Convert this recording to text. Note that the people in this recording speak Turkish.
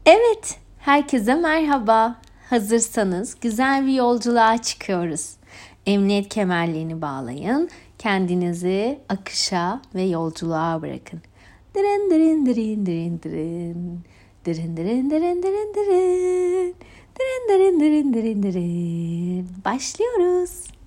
Evet, herkese merhaba. Hazırsanız güzel bir yolculuğa çıkıyoruz. Emniyet kemerlerini bağlayın, kendinizi akışa ve yolculuğa bırakın. Dırın dırın dırın dırın dırın. Dırın dırın dırın dırın dırın. Dırın dırın dırın dırın dırın. Başlıyoruz.